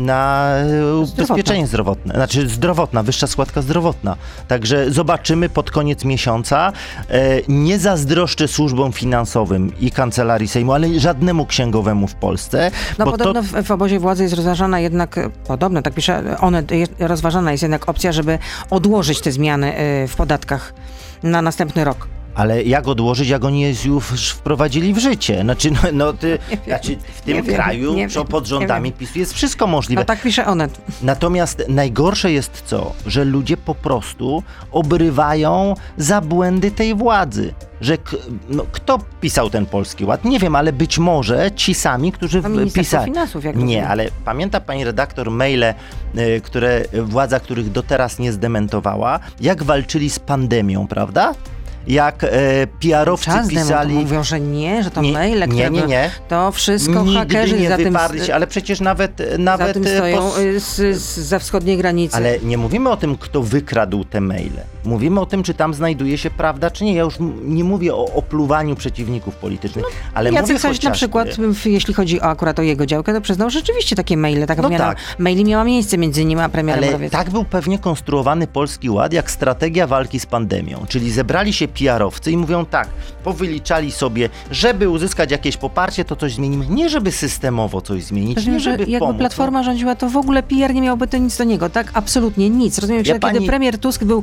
na ubezpieczenie zdrowotne. Znaczy zdrowotna, wyższa składka zdrowotna. Także zobaczymy pod koniec miesiąca. E, nie zazdroszczę służbom finansowym i Kancelarii Sejmu, ale żadnemu księgowemu w Polsce. No bo podobno to... w, w obozie władzy jest rozważana jednak, podobno, tak pisze, one, jest, rozważana jest jednak opcja, żeby odłożyć te zmiany y, w podatkach na następny rok. Ale jak odłożyć, jak oni je już wprowadzili w życie? Znaczy, no, no ty, znaczy w tym nie kraju, wiem, co pod rządami PiSu jest wszystko możliwe. No tak pisze Onet. Natomiast najgorsze jest co? Że ludzie po prostu obrywają za błędy tej władzy. Że k- no, kto pisał ten Polski Ład? Nie wiem, ale być może ci sami, którzy pisali. Finansów, jak nie, ale pamięta pani redaktor maile, y, które władza, których do teraz nie zdementowała, jak walczyli z pandemią, prawda? Jak e, P R-owcy Czas pisali... Demo, mówią, że nie, że to nie, maile, które... Nie, nie, nie. To wszystko Nigdy hakerzy nie za tym... wyparli, ale przecież nawet... nawet za tym stoją pos... z, z, za wschodniej granicy. Ale nie mówimy o tym, kto wykradł te maile. Mówimy o tym, czy tam znajduje się prawda, czy nie. Ja już nie mówię o opluwaniu przeciwników politycznych, no, ale Jacek mówię Saś chociażby... na przykład, jeśli chodzi o akurat o jego działkę, to przyznał rzeczywiście takie maile. Taka no wymiana tak. maili miała miejsce między nim a premierem Ale Morawieckim. tak był pewnie konstruowany Polski Ład jak strategia walki z pandemią. Czyli zebrali się P R-owcy i mówią tak, powyliczali sobie, żeby uzyskać jakieś poparcie, to coś zmienimy. Nie żeby systemowo coś zmienić, Rozumiem, nie żeby że jakby pomóc. Platforma rządziła, to w ogóle P R nie miałby to nic do niego, tak? Absolutnie nic. Rozumiem, Ja że pani... kiedy premier Tusk był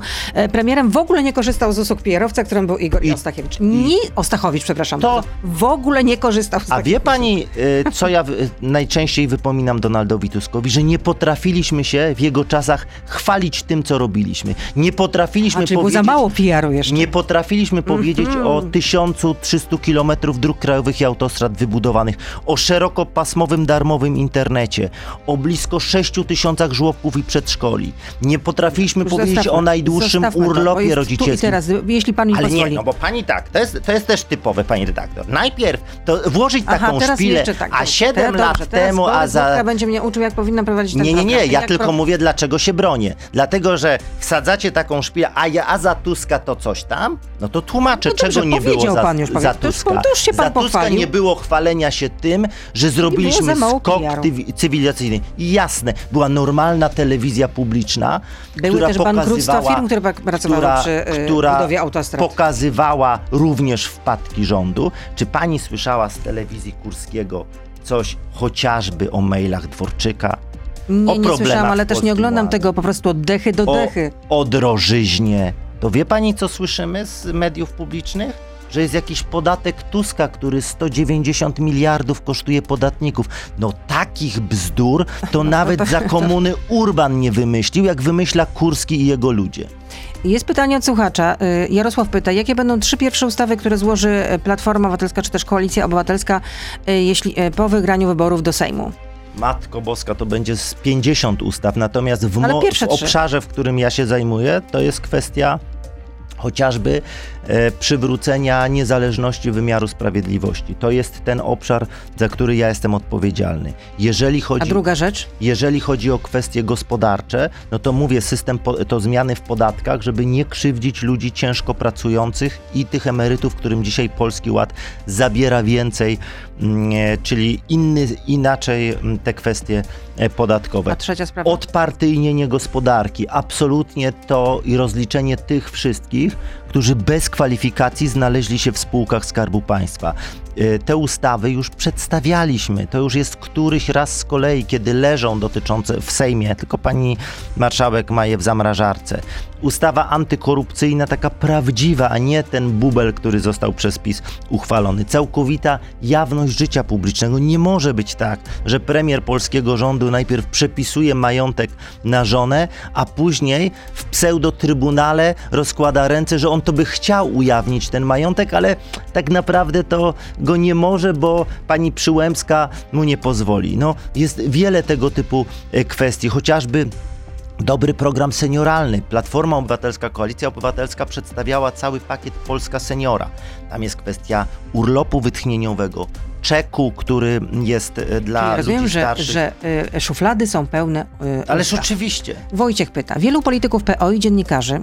premierem w ogóle nie korzystał z usług P R-owca, którym był Igor I, Ostachiewicz. Nie, Ostachowicz, przepraszam. To w ogóle nie korzystał z A wie pani, co ja najczęściej wypominam Donaldowi Tuskowi, że nie potrafiliśmy się w jego czasach chwalić tym, co robiliśmy. Nie potrafiliśmy A, czyli powiedzieć... było za mało P R-u jeszcze. Nie potrafiliśmy powiedzieć mm-hmm. o tysiąc trzysta kilometrów dróg krajowych i autostrad wybudowanych, o szerokopasmowym, darmowym internecie, o blisko sześciu tysiącach żłobków i przedszkoli. Nie potrafiliśmy Już powiedzieć zostawmy, o najdłuższym urlopie rodzicielskim. Tu i teraz, jeśli pan mi Ale pozwoli. nie, no bo pani tak, to jest, to jest też typowe, pani redaktor. Najpierw to włożyć Aha, taką szpilę, tak, a siedem lat dobrze, temu, a za... będzie mnie uczył, jak powinna prowadzić ten Nie, nie, nie, program. ja jak tylko pro... mówię, dlaczego się bronię. Dlatego, że wsadzacie taką szpilę, a, ja, a za Tuska to coś tam, no to tłumaczę, no dobrze, czego nie było za, pan już za Tuska. To już się pan za Tuska pochwalił. nie było chwalenia się tym, że zrobiliśmy skok cywilizacyjny. I jasne, była normalna telewizja publiczna, Były która też bankructwa firm, które pracowały która, przy która budowie autostrad. pokazywała również wpadki rządu. Czy pani słyszała z telewizji Kurskiego coś chociażby o mailach Dworczyka? Nie, o nie słyszałam, ale też nie oglądam Ładu. tego po prostu od dechy do o, dechy. O drożyźnie. To wie pani, co słyszymy z mediów publicznych? Że jest jakiś podatek Tuska, który sto dziewięćdziesiąt miliardów kosztuje podatników. No takich bzdur to nawet za komuny Urban nie wymyślił, jak wymyśla Kurski i jego ludzie. Jest pytanie od słuchacza. Jarosław pyta, jakie będą trzy pierwsze ustawy, które złoży Platforma Obywatelska czy też Koalicja Obywatelska, jeśli po wygraniu wyborów do Sejmu? Matko Boska, to będzie z pięćdziesiąt ustaw, natomiast w, mo- w obszarze, w którym ja się zajmuję, to jest kwestia chociażby e, przywrócenia niezależności wymiaru sprawiedliwości. To jest ten obszar, za który ja jestem odpowiedzialny. Jeżeli chodzi, A druga rzecz? Jeżeli chodzi o kwestie gospodarcze, no to mówię, system, po, to zmiany w podatkach, żeby nie krzywdzić ludzi ciężko pracujących i tych emerytów, którym dzisiaj Polski Ład zabiera więcej, mm, czyli inny, inaczej mm, te kwestie podatkowe. A trzecia sprawa? Odpartyjnienie gospodarki. Absolutnie to i rozliczenie tych wszystkich, którzy bez kwalifikacji znaleźli się w spółkach Skarbu Państwa. Te ustawy już przedstawialiśmy. To już jest któryś raz z kolei, kiedy leżą dotyczące w Sejmie, tylko pani marszałek ma je w zamrażarce. Ustawa antykorupcyjna, taka prawdziwa, a nie ten bubel, który został przez PiS uchwalony. Całkowita jawność życia publicznego. Nie może być tak, że premier polskiego rządu najpierw przepisuje majątek na żonę, a później w pseudotrybunale rozkłada ręce, że on to by chciał ujawnić ten majątek, ale tak naprawdę to go nie może, bo pani Przyłębska mu nie pozwoli. No, jest wiele tego typu kwestii, chociażby dobry program senioralny. Platforma Obywatelska, Koalicja Obywatelska przedstawiała cały pakiet Polska Seniora. Tam jest kwestia urlopu wytchnieniowego, czeku, który jest dla Czyli rozumiem, ludzi starszych. Że, że y, szuflady są pełne y, Ależ ustaw. oczywiście. Wojciech pyta, wielu polityków P O i dziennikarzy,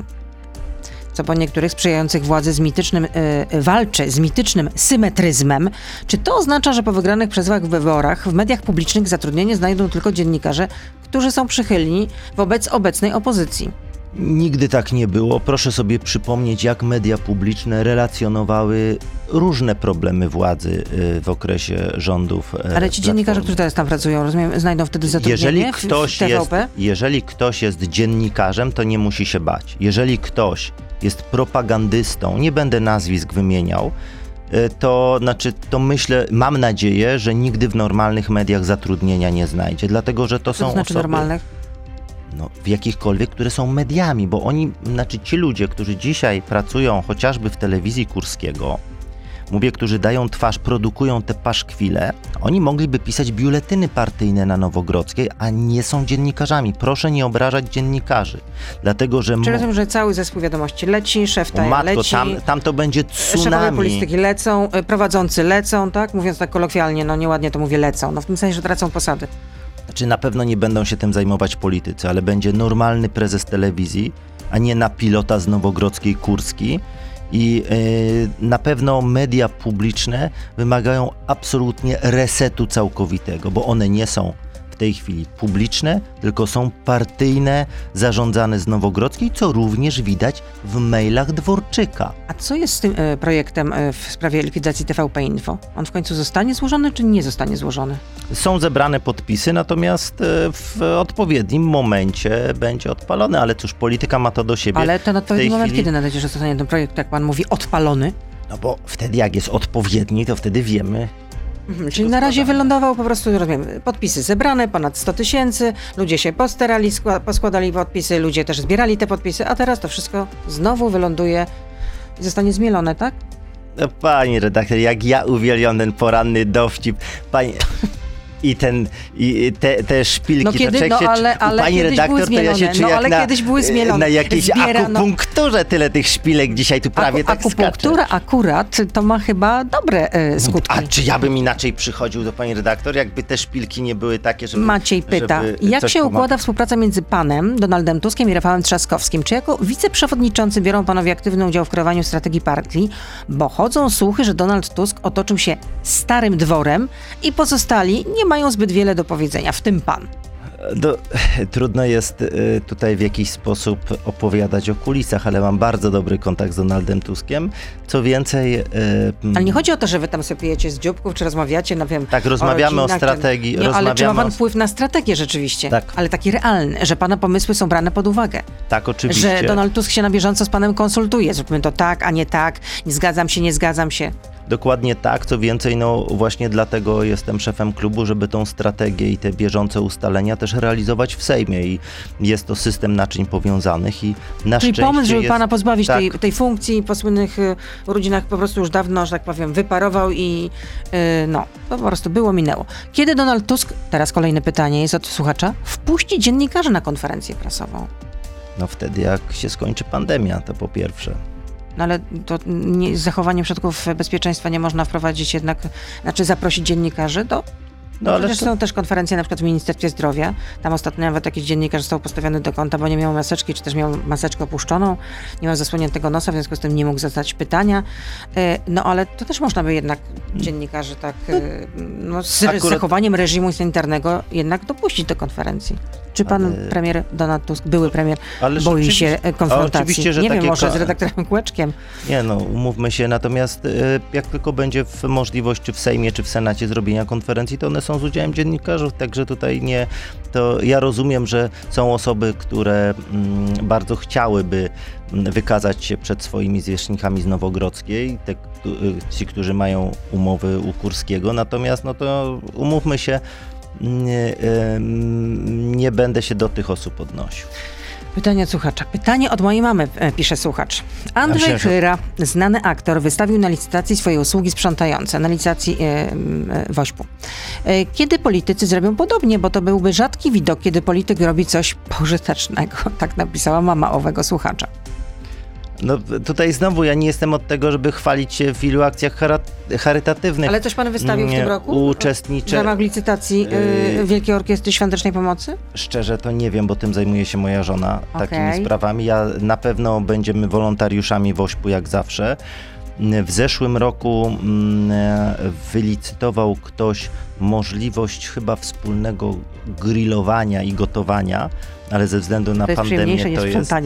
co po niektórych sprzyjających władzy z mitycznym, y, walczy z mitycznym symetryzmem. Czy to oznacza, że po wygranych przez was wyborach w mediach publicznych zatrudnienie znajdą tylko dziennikarze, którzy są przychylni wobec obecnej opozycji? Nigdy tak nie było. Proszę sobie przypomnieć, jak media publiczne relacjonowały różne problemy władzy w okresie rządów. Ale ci dziennikarze, którzy teraz tam pracują, rozumiem, znajdą wtedy zatrudnienie jeżeli ktoś w T V P? Jest, jeżeli ktoś jest dziennikarzem, to nie musi się bać. Jeżeli ktoś jest propagandystą, nie będę nazwisk wymieniał, to znaczy, to myślę, mam nadzieję, że nigdy w normalnych mediach zatrudnienia nie znajdzie, dlatego, że to, to są znaczy osoby... normalnych? No, w jakichkolwiek, które są mediami, bo oni, znaczy ci ludzie, którzy dzisiaj pracują chociażby w telewizji Kurskiego, mówię, którzy dają twarz, produkują te paszkwile, oni mogliby pisać biuletyny partyjne na Nowogrodzkiej, a nie są dziennikarzami. Proszę nie obrażać dziennikarzy, dlatego, że... Czyli rozumiem, że cały zespół wiadomości leci, szef T A J leci, tam, tam to będzie tsunami. Szefowie polityki lecą, prowadzący lecą, tak? Mówiąc tak kolokwialnie, no nieładnie to mówię, lecą. No w tym sensie, że tracą posady. Znaczy na pewno nie będą się tym zajmować politycy, ale będzie normalny prezes telewizji, a nie na pilota z Nowogrodzkiej Kurski. I yy, na pewno media publiczne wymagają absolutnie resetu całkowitego, bo one nie są w tej chwili publiczne, tylko są partyjne, zarządzane z Nowogrodzkiej, co również widać w mailach Dworczyka. A co jest z tym e, projektem e, w sprawie likwidacji T V P Info? On w końcu zostanie złożony, czy nie zostanie złożony? Są zebrane podpisy, natomiast e, w odpowiednim momencie będzie odpalony, ale cóż, polityka ma to do siebie. Ale ten odpowiedni moment, chwili... kiedy nadejdzie, że zostanie ten projekt, jak pan mówi, odpalony? No bo wtedy jak jest odpowiedni, to wtedy wiemy. Mhm, czyli na razie wylądował po prostu, rozumiem, podpisy zebrane, ponad sto tysięcy, ludzie się postarali, skła- poskładali podpisy, ludzie też zbierali te podpisy, a teraz to wszystko znowu wyląduje i zostanie zmielone, tak? No, pani redaktor, jak ja uwielbiam ten poranny dowcip. Pani... I ten, i te, te szpilki, no kiedy, to no, się, ale, ale pani redaktor, to ja się czuję no, ale jak kiedyś były na, zmielone. na jakiejś Zbiera, akupunkturze no. Tyle tych szpilek dzisiaj tu prawie Aku, tak akupunktura skacze. akurat to ma chyba dobre e, skutki. A czy ja bym inaczej przychodził do pani redaktor, jakby te szpilki nie były takie, żeby... Maciej pyta, jak się układa pomagać? Współpraca między panem, Donaldem Tuskiem i Rafałem Trzaskowskim? Czy jako wiceprzewodniczący biorą panowie aktywny udział w kreowaniu strategii partii? Bo chodzą słuchy, że Donald Tusk otoczył się starym dworem i pozostali nie mają zbyt wiele do powiedzenia, w tym pan. Do, trudno jest y, tutaj w jakiś sposób opowiadać o kulisach, ale mam bardzo dobry kontakt z Donaldem Tuskiem. Co więcej... Y, ale nie chodzi o to, że wy tam sobie pijecie z dzióbków, czy rozmawiacie, no wiem... Tak, rozmawiamy o, rodzinach, o strategii. Nie, rozmawiamy ale czy ma pan o... wpływ na strategię rzeczywiście? Tak. Ale taki realny, że pana pomysły są brane pod uwagę. Tak, oczywiście. Że Donald Tusk się na bieżąco z panem konsultuje. Zróbmy to tak, a nie tak. Nie zgadzam się, nie zgadzam się. Dokładnie tak, co więcej, no właśnie dlatego jestem szefem klubu, żeby tą strategię i te bieżące ustalenia też realizować w Sejmie i jest to system naczyń powiązanych i na Czyli szczęście pomysł, żeby jest... pana pozbawić tak. tej, tej funkcji po słynnych y, urodzinach po prostu już dawno, że tak powiem, wyparował i y, no, to po prostu było, minęło. Kiedy Donald Tusk, teraz kolejne pytanie jest od słuchacza, wpuści dziennikarzy na konferencję prasową? No wtedy jak się skończy pandemia, to po pierwsze. No ale to nie, z zachowaniem środków bezpieczeństwa nie można wprowadzić jednak, znaczy zaprosić dziennikarzy do... No, no ale przecież to... są też konferencje na przykład w Ministerstwie Zdrowia. Tam ostatnio nawet jakiś dziennikarz został postawiony do kąta, bo nie miał maseczki, czy też miał maseczkę opuszczoną, nie miał zasłoniętego nosa, w związku z tym nie mógł zadać pytania. No ale to też można by jednak dziennikarzy tak no, z, Akurat... z zachowaniem reżimu sanitarnego jednak dopuścić do konferencji. Czy pan ale... premier Donald Tusk, były premier, ale boi się konfrontacji? Że nie takie... wiem, może z redaktorem Kłeczkiem. Nie no, umówmy się, natomiast jak tylko będzie w możliwość, czy w Sejmie, czy w Senacie zrobienia konferencji, to one są z udziałem dziennikarzy, także tutaj nie, to ja rozumiem, że są osoby, które mm, bardzo chciałyby wykazać się przed swoimi zwierzchnikami z Nowogrodzkiej, te, ci, którzy mają umowy u Kurskiego, natomiast no to umówmy się, nie, nie będę się do tych osób odnosił. Pytanie od słuchacza. Pytanie od mojej mamy, pisze słuchacz. Andrzej ja Chyra, znany aktor, wystawił na licytacji swoje usługi sprzątające, na licytacji e, e, Wośpu. E, kiedy politycy zrobią podobnie, bo to byłby rzadki widok, kiedy polityk robi coś pożytecznego. Tak napisała mama owego słuchacza. No tutaj znowu ja nie jestem od tego, żeby chwalić się w ilu akcjach charytatywnych. Ale coś pan wystawił w tym roku? Uczestniczę. W ramach licytacji yy, Wielkiej Orkiestry Świątecznej Pomocy? Szczerze to nie wiem, bo tym zajmuje się moja żona okay. takimi sprawami. Ja na pewno będziemy wolontariuszami Wośpu jak zawsze. W zeszłym roku wylicytował ktoś możliwość chyba wspólnego grillowania i gotowania, ale ze względu na to jest pandemię to jest...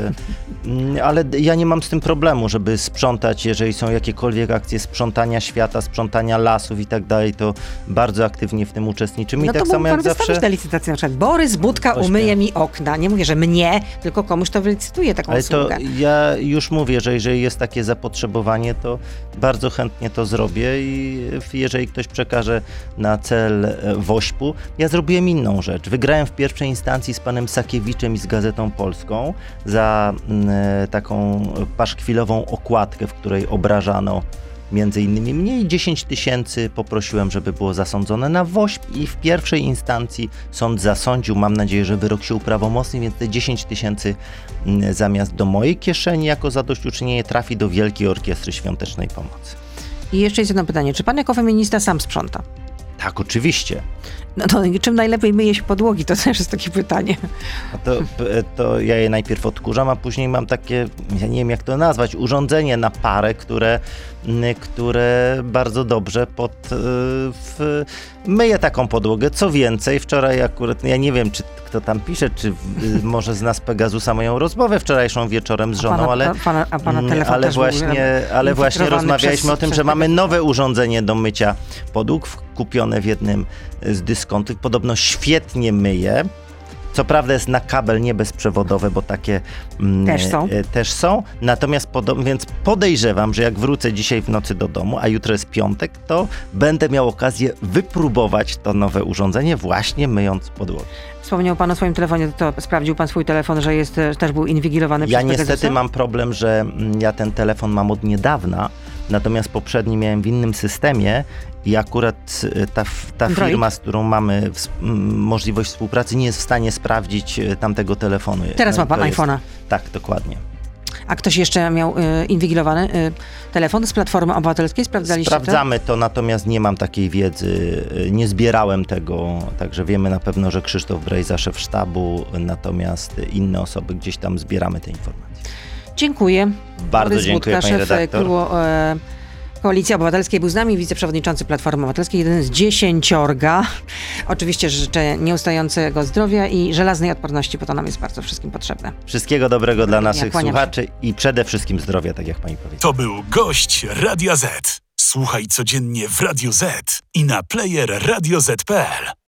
Y, ale ja nie mam z tym problemu, żeby sprzątać, jeżeli są jakiekolwiek akcje sprzątania świata, sprzątania lasów i tak dalej, to bardzo aktywnie w tym uczestniczymy. No I tak to samo jak zawsze... na licytację, na przykład Borys Budka Właśnie. umyje mi okna. Nie mówię, że mnie, tylko komuś to wylicytuje taką ale usługę. To ja już mówię, że jeżeli jest takie zapotrzebowanie, to bardzo chętnie to zrobię i jeżeli ktoś przekaże na cel Wośpu, ja zrobiłem inną rzecz. Wygrałem w pierwszej instancji z panem Sakiewiczem i z Gazetą Polską za y, taką paszkwilową okładkę, w której obrażano między innymi mnie i dziesięć tysięcy poprosiłem, żeby było zasądzone na Wośp i w pierwszej instancji sąd zasądził, mam nadzieję, że wyrok się uprawomocni, więc te dziesięć tysięcy y, zamiast do mojej kieszeni jako zadośćuczynienie trafi do Wielkiej Orkiestry Świątecznej Pomocy. I jeszcze jest jedno pytanie, czy pan jako feminista sam sprząta? Tak, oczywiście. No to czym najlepiej myje się podłogi? To też jest takie pytanie. No to, to ja je najpierw odkurzam, a później mam takie, ja nie wiem jak to nazwać, urządzenie na parę, które, które bardzo dobrze pod, w, myję taką podłogę. Co więcej, wczoraj akurat, ja nie wiem, czy kto tam pisze, czy y, może zna z Pegasusa moją rozmowę wczorajszą wieczorem z żoną, a pana, ale, a pana, a pana telefon ale też właśnie, ale właśnie rozmawialiśmy przez, o tym, że mamy nowe urządzenie do mycia podłóg, kupione w jednym z dyskontów. Podobno świetnie myje. Co prawda jest na kabel, nie bezprzewodowe, bo takie mm, też, są. E, też są. Natomiast podo- więc podejrzewam, że jak wrócę dzisiaj w nocy do domu, a jutro jest piątek, to będę miał okazję wypróbować to nowe urządzenie, właśnie myjąc podłogę. Wspomniał pan o swoim telefonie, to sprawdził pan swój telefon, że jest, też był inwigilowany ja przez niestety Pegasusa? mam problem, że mm, ja ten telefon mam od niedawna, natomiast poprzedni miałem w innym systemie i akurat ta, ta firma, z którą mamy w, m, możliwość współpracy, nie jest w stanie sprawdzić tamtego telefonu. Teraz no ma pan iPhone'a. Tak, dokładnie. A ktoś jeszcze miał y, inwigilowany y, telefon z Platformy Obywatelskiej? Sprawdzaliście Sprawdzamy to? to, natomiast nie mam takiej wiedzy, y, nie zbierałem tego, także wiemy na pewno, że Krzysztof Brejza, szef sztabu, natomiast inne osoby gdzieś tam zbieramy te informacje. Dziękuję. Bardzo Borys dziękuję, Budka, pani szef redaktor. Klubu, e, Koalicji Obywatelskiej był z nami, wiceprzewodniczący Platformy Obywatelskiej, jeden z dziesięciorga. Oczywiście życzę nieustającego zdrowia i żelaznej odporności, bo to nam jest bardzo wszystkim potrzebne. Wszystkiego dobrego dla naszych Kłaniam słuchaczy i przede wszystkim zdrowia, tak jak pani powiedziała. To był gość Radia Z. Słuchaj codziennie w Radio Z i na player radio zet kropka pe el.